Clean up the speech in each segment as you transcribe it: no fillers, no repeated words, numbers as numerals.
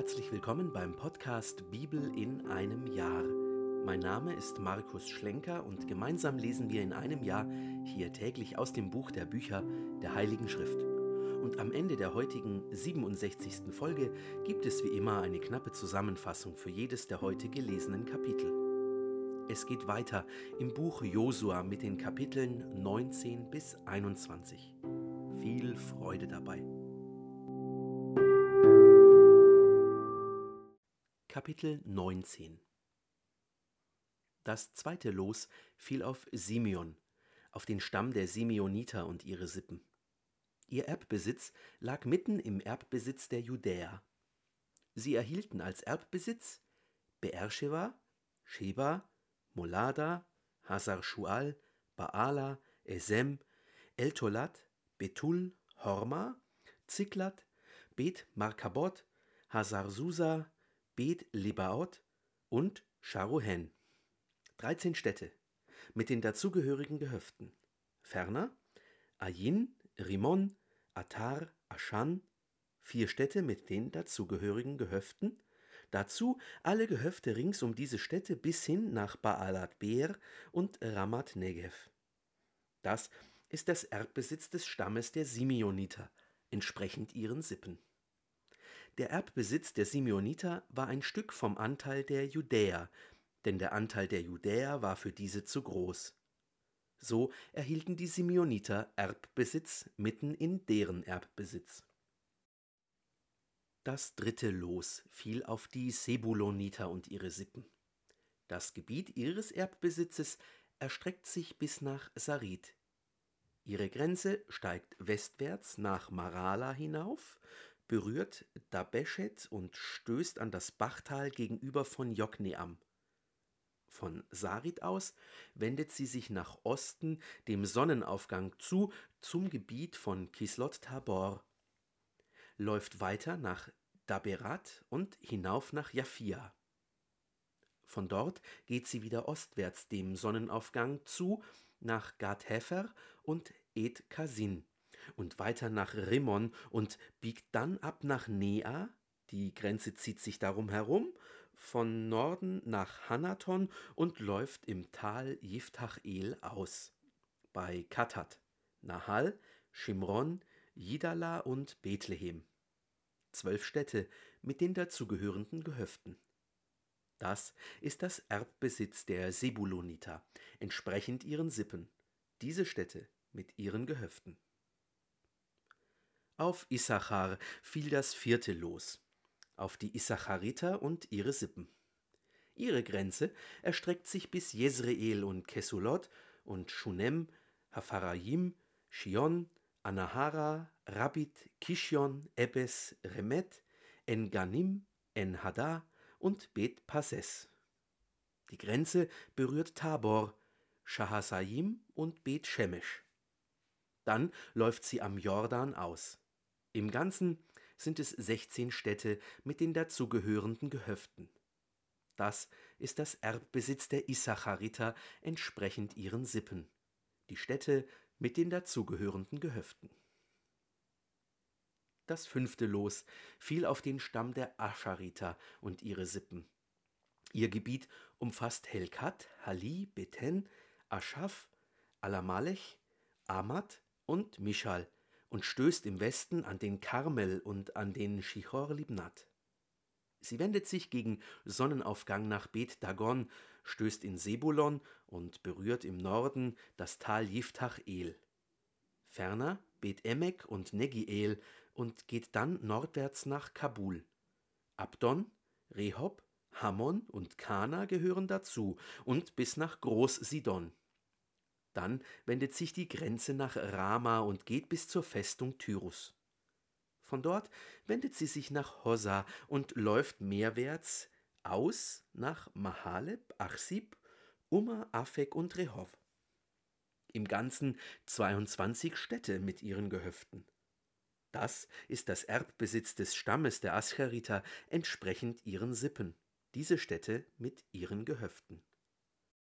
Herzlich willkommen beim Podcast Bibel in einem Jahr. Mein Name ist Markus Schlenker und gemeinsam lesen wir in einem Jahr hier täglich aus dem Buch der Bücher der Heiligen Schrift. Und am Ende der heutigen 67. Folge gibt es wie immer eine knappe Zusammenfassung für jedes der heute gelesenen Kapitel. Es geht weiter im Buch Josua mit den Kapiteln 19 bis 21. Viel Freude dabei. Kapitel 19. Das zweite Los fiel auf Simeon, auf den Stamm der Simeoniter und ihre Sippen. Ihr Erbbesitz lag mitten im Erbbesitz der Judäer. Sie erhielten als Erbbesitz Beersheba, Sheba, Molada, Hasar-Schual, Baala, Esem, Eltolat, Betul, Horma, Ziklat, Bet-Markabot, Hasar-Susa, Bet-Lebaot und Sharuhen. 13 Städte mit den dazugehörigen Gehöften. Ferner Ayin, Rimon, Attar, Aschan, 4 Städte mit den dazugehörigen Gehöften. Dazu alle Gehöfte rings um diese Städte bis hin nach Baalat Beer und Ramat Negev. Das ist das Erbbesitz des Stammes der Simeoniter, entsprechend ihren Sippen. Der Erbbesitz der Simeoniter war ein Stück vom Anteil der Judäer, denn der Anteil der Judäer war für diese zu groß. So erhielten die Simeoniter Erbbesitz mitten in deren Erbbesitz. Das dritte Los fiel auf die Sebuloniter und ihre Sippen. Das Gebiet ihres Erbbesitzes erstreckt sich bis nach Sarid. Ihre Grenze steigt westwärts nach Marala hinauf, berührt Dabeshet und stößt an das Bachtal gegenüber von Jokneam. Von Sarid aus wendet sie sich nach Osten dem Sonnenaufgang zu, zum Gebiet von Kislot Tabor, läuft weiter nach Daberat und hinauf nach Jaffia. Von dort geht sie wieder ostwärts dem Sonnenaufgang zu, nach Gad Hefer und Et Kasin und weiter nach Rimmon und biegt dann ab nach Nea, die Grenze zieht sich darum herum, von Norden nach Hanaton und läuft im Tal Jiftach-El aus. Bei Katat, Nahal, Shimron, Jidala und Bethlehem. 12 Städte mit den dazugehörenden Gehöften. Das ist das Erbbesitz der Sebuloniter, entsprechend ihren Sippen. Diese Städte mit ihren Gehöften. Auf Issachar fiel das vierte Los, auf die Issachariter und ihre Sippen. Ihre Grenze erstreckt sich bis Jezreel und Kesulot und Shunem, Hapharayim, Shion, Anahara, Rabbit, Kishion, Ebes, Remet, En-Ganim, En-Hadar und Bet-Passes. Die Grenze berührt Tabor, Shahasayim und Bet-Shemesh. Dann läuft sie am Jordan aus. Im Ganzen sind es 16 Städte mit den dazugehörenden Gehöften. Das ist das Erbbesitz der Issachariter entsprechend ihren Sippen. Die Städte mit den dazugehörenden Gehöften. Das fünfte Los fiel auf den Stamm der Aschariter und ihre Sippen. Ihr Gebiet umfasst Helkat, Hali, Beten, Aschaf, Alamalech, Amat und Mischal und stößt im Westen an den Karmel und an den Shichor Libnat. Sie wendet sich gegen Sonnenaufgang nach Bet Dagon, stößt in Sebulon und berührt im Norden das Tal Jiftach-El. Ferner Bet Emek und Negiel und geht dann nordwärts nach Kabul. Abdon, Rehob, Hammon und Kana gehören dazu und bis nach Groß-Sidon. Dann wendet sich die Grenze nach Rama und geht bis zur Festung Tyrus. Von dort wendet sie sich nach Hosa und läuft meerwärts aus nach Mahaleb, Achsib, Umma, Afek und Rehov. Im Ganzen 22 Städte mit ihren Gehöften. Das ist das Erbbesitz des Stammes der Aschariter entsprechend ihren Sippen. Diese Städte mit ihren Gehöften.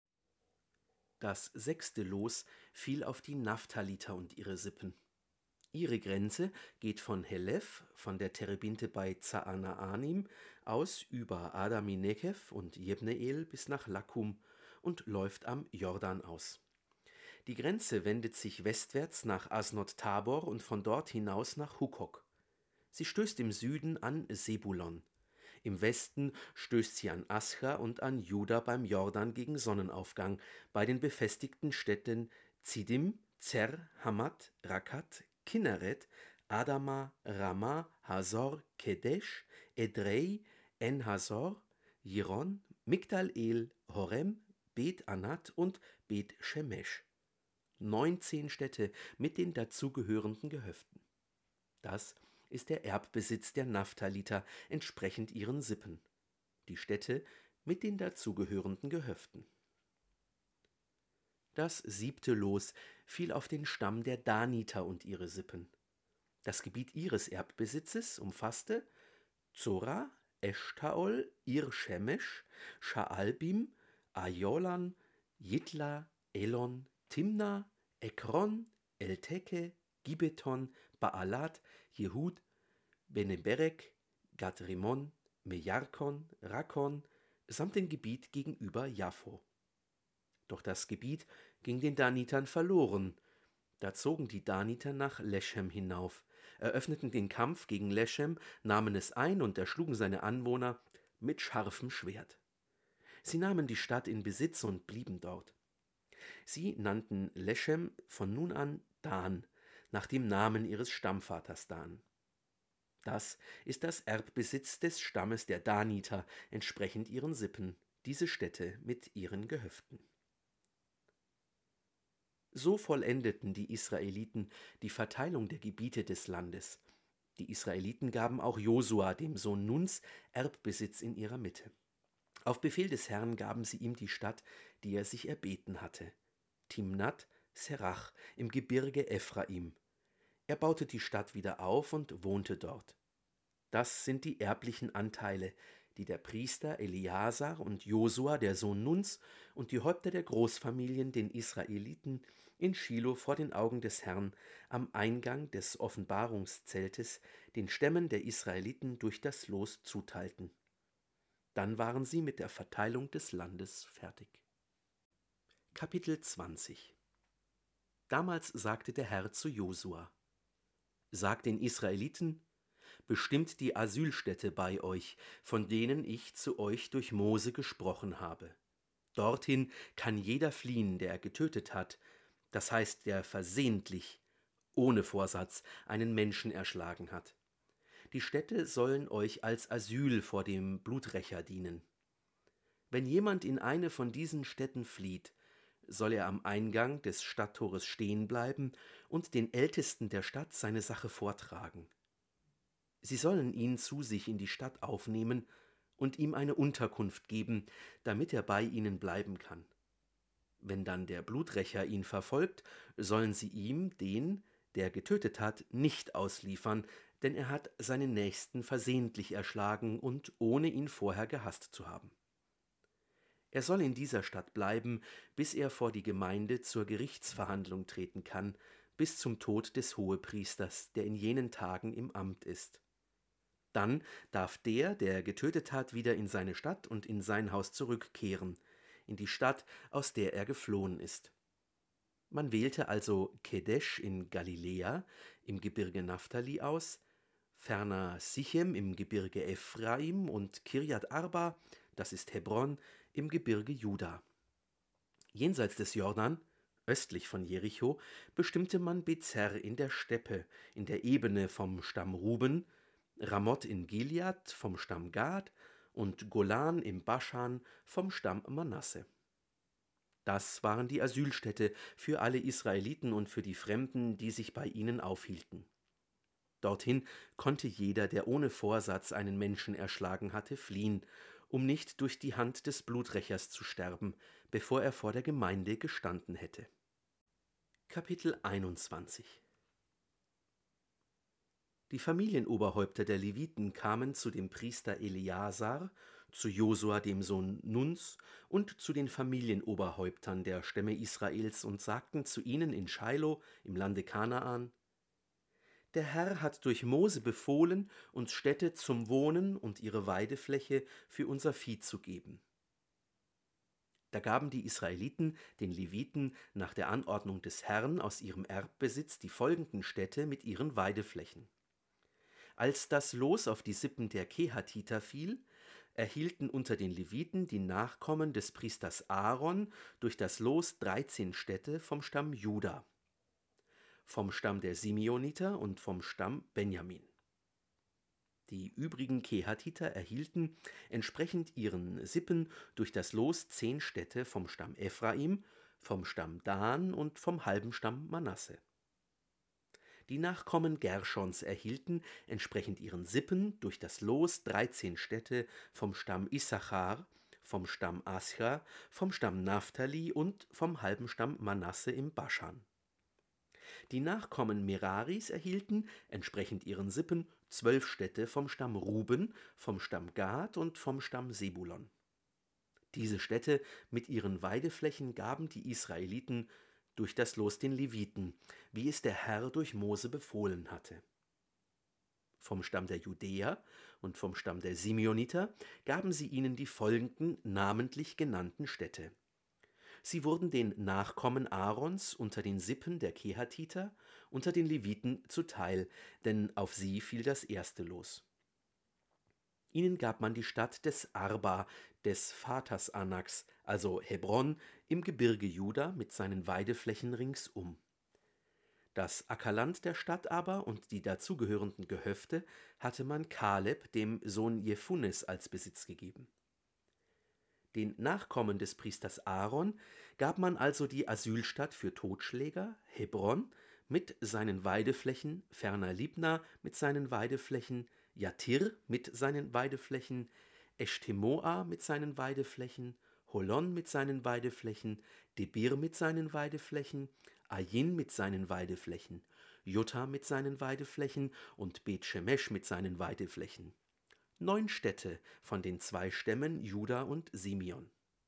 Das sechste Los fiel auf die Naphtaliter und ihre Sippen. Ihre Grenze geht von Helef, von der Terebinte bei Za'anaanim, aus über Adami-Nekev und Jebneel bis nach Lakkum und läuft am Jordan aus. Die Grenze wendet sich westwärts nach Asnot Tabor und von dort hinaus nach Hukok. Sie stößt im Süden an Sebulon. Im Westen stößt sie an Ascha und an Juda beim Jordan gegen Sonnenaufgang, bei den befestigten Städten Zidim, Zer, Hamat, Rakat, Kinneret, Adama, Rama, Hazor, Kedesh, Edrei, En-Hazor, Jiron, Migdal-El, Horem, Bet-Anat und Bet-Shemesh. 19 Städte mit den dazugehörenden Gehöften. Das ist der Erbbesitz der Naphthaliter entsprechend ihren Sippen. Die Städte mit den dazugehörenden Gehöften. Das 7. Los fiel auf den Stamm der Daniter und ihre Sippen. Das Gebiet ihres Erbbesitzes umfasste Zora, Eshtaol, Ir-Shemesh, Sha'albim, Ajolan, Jitla, Elon, Timna, Ekron, Elteke, Gibeton, Baalat, Jehud, Beneberek, Gad-Rimon, Mejarkon, Rakon, samt dem Gebiet gegenüber Jaffo. Doch das Gebiet ging den Danitern verloren. Da zogen die Daniter nach Leschem hinauf, eröffneten den Kampf gegen Leschem, nahmen es ein und erschlugen seine Anwohner mit scharfem Schwert. Sie nahmen die Stadt in Besitz und blieben dort. Sie nannten Leschem von nun an Dan, nach dem Namen ihres Stammvaters Dan. Das ist das Erbbesitz des Stammes der Daniter, entsprechend ihren Sippen, diese Städte mit ihren Gehöften. So vollendeten die Israeliten die Verteilung der Gebiete des Landes. Die Israeliten gaben auch Josua, dem Sohn Nuns, Erbbesitz in ihrer Mitte. Auf Befehl des Herrn gaben sie ihm die Stadt, die er sich erbeten hatte, Timnat Serach im Gebirge Ephraim. Er baute die Stadt wieder auf und wohnte dort. Das sind die erblichen Anteile, die der Priester Eleazar und Josua, der Sohn Nuns, und die Häupter der Großfamilien den Israeliten in Schilo vor den Augen des Herrn am Eingang des Offenbarungszeltes den Stämmen der Israeliten durch das Los zuteilten. Dann waren sie mit der Verteilung des Landes fertig. Kapitel 20. Damals sagte der Herr zu Josua: Sagt den Israeliten: Bestimmt die Asylstädte bei euch, von denen ich zu euch durch Mose gesprochen habe. Dorthin kann jeder fliehen, der getötet hat, das heißt, der versehentlich, ohne Vorsatz, einen Menschen erschlagen hat. Die Städte sollen euch als Asyl vor dem Bluträcher dienen. Wenn jemand in eine von diesen Städten flieht, soll er am Eingang des Stadttores stehen bleiben und den Ältesten der Stadt seine Sache vortragen. Sie sollen ihn zu sich in die Stadt aufnehmen und ihm eine Unterkunft geben, damit er bei ihnen bleiben kann. Wenn dann der Bluträcher ihn verfolgt, sollen sie ihm, den, der getötet hat, nicht ausliefern, denn er hat seinen Nächsten versehentlich erschlagen und ohne ihn vorher gehasst zu haben. Er soll in dieser Stadt bleiben, bis er vor die Gemeinde zur Gerichtsverhandlung treten kann, bis zum Tod des Hohepriesters, der in jenen Tagen im Amt ist. Dann darf der, der getötet hat, wieder in seine Stadt und in sein Haus zurückkehren, in die Stadt, aus der er geflohen ist. Man wählte also Kedesh in Galiläa im Gebirge Naphtali aus, ferner Sichem im Gebirge Ephraim und Kirjat Arba, das ist Hebron, im Gebirge Juda. Jenseits des Jordan, östlich von Jericho, bestimmte man Bezer in der Steppe, in der Ebene vom Stamm Ruben, Ramoth in Gilead vom Stamm Gad und Golan im Baschan vom Stamm Manasse. Das waren die Asylstädte für alle Israeliten und für die Fremden, die sich bei ihnen aufhielten. Dorthin konnte jeder, der ohne Vorsatz einen Menschen erschlagen hatte, fliehen, um nicht durch die Hand des Bluträchers zu sterben, bevor er vor der Gemeinde gestanden hätte. Kapitel 21. Die Familienoberhäupter der Leviten kamen zu dem Priester Eleazar, zu Josua dem Sohn Nuns und zu den Familienoberhäuptern der Stämme Israels und sagten zu ihnen in Scheilo im Lande Kanaan: Der Herr hat durch Mose befohlen, uns Städte zum Wohnen und ihre Weidefläche für unser Vieh zu geben. Da gaben die Israeliten den Leviten nach der Anordnung des Herrn aus ihrem Erbbesitz die folgenden Städte mit ihren Weideflächen. Als das Los auf die Sippen der Kehatiter fiel, erhielten unter den Leviten die Nachkommen des Priesters Aaron durch das Los 13 Städte vom Stamm Juda, vom Stamm der Simeoniter und vom Stamm Benjamin. Die übrigen Kehatiter erhielten entsprechend ihren Sippen durch das Los 10 Städte vom Stamm Ephraim, vom Stamm Dan und vom halben Stamm Manasse. Die Nachkommen Gerschons erhielten entsprechend ihren Sippen durch das Los 13 Städte vom Stamm Issachar, vom Stamm Ascher, vom Stamm Naphtali und vom halben Stamm Manasse im Baschan. Die Nachkommen Meraris erhielten entsprechend ihren Sippen 12 Städte vom Stamm Ruben, vom Stamm Gad und vom Stamm Sebulon. Diese Städte mit ihren Weideflächen gaben die Israeliten durch das Los den Leviten, wie es der Herr durch Mose befohlen hatte. Vom Stamm der Judäer und vom Stamm der Simeoniter gaben sie ihnen die folgenden namentlich genannten Städte. Sie wurden den Nachkommen Aarons unter den Sippen der Kehatiter, unter den Leviten zuteil, denn auf sie fiel das erste Los. Ihnen gab man die Stadt des Arba, des Vaters Anaks, also Hebron, im Gebirge Juda mit seinen Weideflächen ringsum. Das Ackerland der Stadt aber und die dazugehörenden Gehöfte hatte man Kaleb, dem Sohn Jephunes, als Besitz gegeben. Den Nachkommen des Priesters Aaron gab man also die Asylstadt für Totschläger, Hebron, mit seinen Weideflächen, ferner Libna mit seinen Weideflächen, Jatir mit seinen Weideflächen, Eshtemoa mit seinen Weideflächen, Holon mit seinen Weideflächen, Debir mit seinen Weideflächen, Ayin mit seinen Weideflächen, Jutta mit seinen Weideflächen und Bet-Shemesh mit seinen Weideflächen. 9 Städte von den 2 Stämmen Juda und Simeon.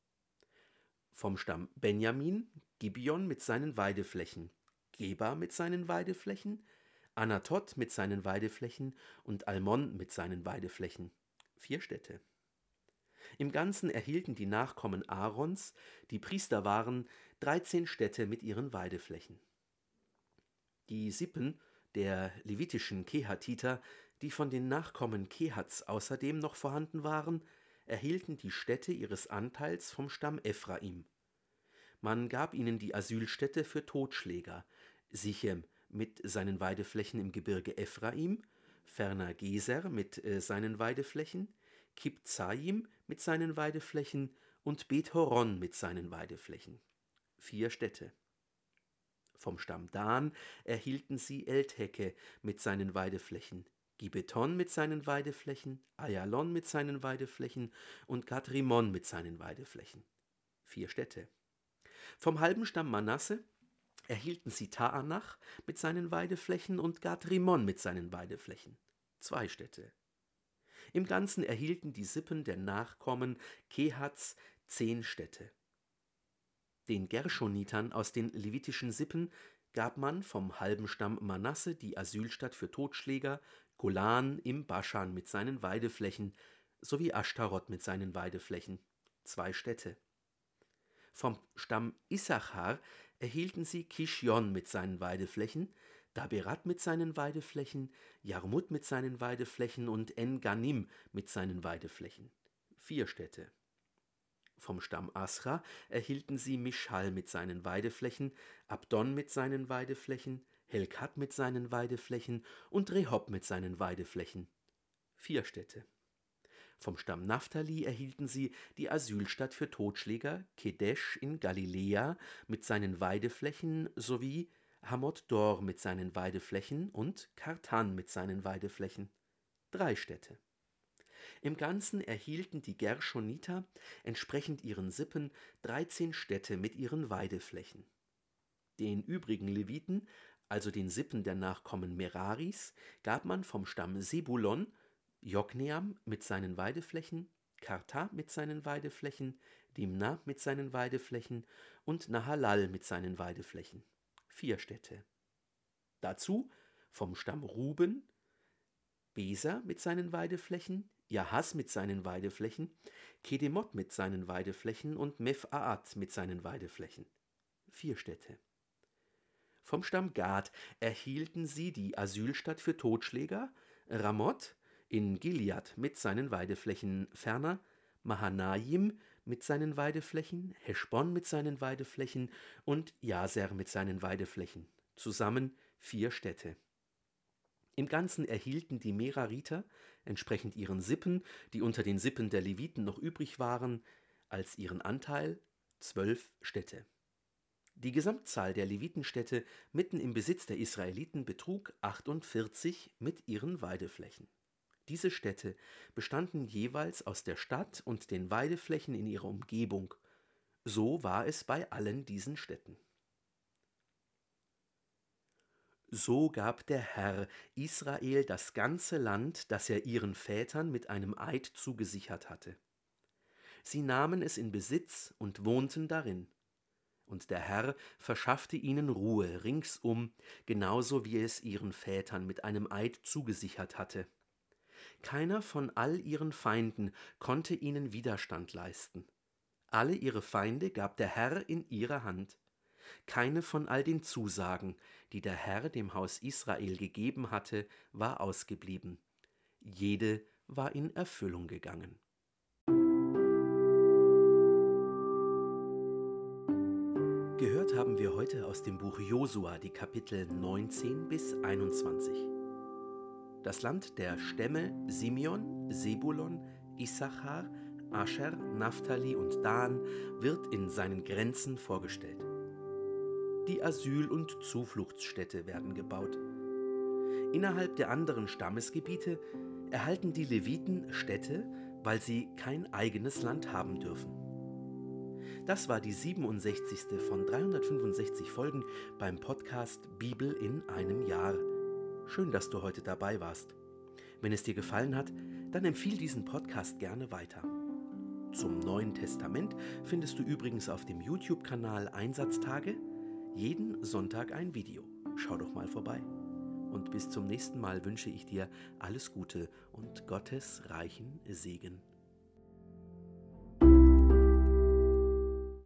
Vom Stamm Benjamin Gibeon mit seinen Weideflächen, Geba mit seinen Weideflächen, Anatot mit seinen Weideflächen und Almon mit seinen Weideflächen. 4 Städte. Im Ganzen erhielten die Nachkommen Aarons, die Priester waren, 13 Städte mit ihren Weideflächen. Die Sippen der levitischen Kehatiter, die von den Nachkommen Kehats außerdem noch vorhanden waren, erhielten die Städte ihres Anteils vom Stamm Ephraim. Man gab ihnen die Asylstätte für Totschläger, Sichem mit seinen Weideflächen im Gebirge Ephraim, ferner Geser mit seinen Weideflächen, Kibzaim mit seinen Weideflächen und Bet-Horon mit seinen Weideflächen. 4 Städte. Vom Stamm Dan erhielten sie Eltheke mit seinen Weideflächen, Gibeton mit seinen Weideflächen, Ayalon mit seinen Weideflächen und Gadrimon mit seinen Weideflächen. 4 Städte. Vom halben Stamm Manasse erhielten sie Taanach mit seinen Weideflächen und Gadrimon mit seinen Weideflächen. 2 Städte. Im Ganzen erhielten die Sippen der Nachkommen Kehats 10 Städte. Den Gerschonitern aus den levitischen Sippen gab man vom halben Stamm Manasse die Asylstadt für Totschläger, Golan im Baschan mit seinen Weideflächen, sowie Ashtarot mit seinen Weideflächen, 2 Städte. Vom Stamm Issachar erhielten sie Kishion mit seinen Weideflächen, Daberat mit seinen Weideflächen, Jarmut mit seinen Weideflächen und En-Ganim mit seinen Weideflächen, 4 Städte. Vom Stamm Asra erhielten sie Mischal mit seinen Weideflächen, Abdon mit seinen Weideflächen, Helkat mit seinen Weideflächen und Rehob mit seinen Weideflächen, 4 Städte. Vom Stamm Naphtali erhielten sie die Asylstadt für Totschläger, Kedesh in Galiläa mit seinen Weideflächen sowie Hamot Dor mit seinen Weideflächen und Kartan mit seinen Weideflächen, 3 Städte. Im Ganzen erhielten die Gerschoniter entsprechend ihren Sippen 13 Städte mit ihren Weideflächen. Den übrigen Leviten, also den Sippen der Nachkommen Meraris, gab man vom Stamm Sebulon Jokneam mit seinen Weideflächen, Karta mit seinen Weideflächen, Dimna mit seinen Weideflächen und Nahalal mit seinen Weideflächen, 4 Städte. Dazu Vom Stamm Ruben Beser mit seinen Weideflächen, Jahas mit seinen Weideflächen, Kedemot mit seinen Weideflächen und Mephaath mit seinen Weideflächen. 4 Städte. Vom Stamm Gad erhielten sie die Asylstadt für Totschläger, Ramoth in Gilead mit seinen Weideflächen, ferner Mahanaim mit seinen Weideflächen, Heschbon mit seinen Weideflächen und Jaser mit seinen Weideflächen, zusammen 4 Städte. Im Ganzen erhielten die Merariter, entsprechend ihren Sippen, die unter den Sippen der Leviten noch übrig waren, als ihren Anteil 12 Städte. Die Gesamtzahl der Levitenstädte mitten im Besitz der Israeliten betrug 48 mit ihren Weideflächen. Diese Städte bestanden jeweils aus der Stadt und den Weideflächen in ihrer Umgebung. So war es bei allen diesen Städten. So gab der Herr Israel das ganze Land, das er ihren Vätern mit einem Eid zugesichert hatte. Sie nahmen es in Besitz und wohnten darin. Und der Herr verschaffte ihnen Ruhe ringsum, genauso wie er es ihren Vätern mit einem Eid zugesichert hatte. Keiner von all ihren Feinden konnte ihnen Widerstand leisten. Alle ihre Feinde gab der Herr in ihre Hand. Keine von all den Zusagen, die der Herr dem Haus Israel gegeben hatte, war ausgeblieben. Jede war in Erfüllung gegangen. Gehört haben wir heute aus dem Buch Josua die Kapitel 19 bis 21. Das Land der Stämme Simeon, Sebulon, Issachar, Ascher, Naphtali und Dan wird in seinen Grenzen vorgestellt. Die Asyl- und Zufluchtsstädte werden gebaut. Innerhalb der anderen Stammesgebiete erhalten die Leviten Städte, weil sie kein eigenes Land haben dürfen. Das war die 67. von 365 Folgen beim Podcast Bibel in einem Jahr. Schön, dass du heute dabei warst. Wenn es dir gefallen hat, dann empfiehl diesen Podcast gerne weiter. Zum Neuen Testament findest du übrigens auf dem YouTube-Kanal Einsatztage jeden Sonntag ein Video. Schau doch mal vorbei. Und bis zum nächsten Mal wünsche ich dir alles Gute und Gottes reichen Segen.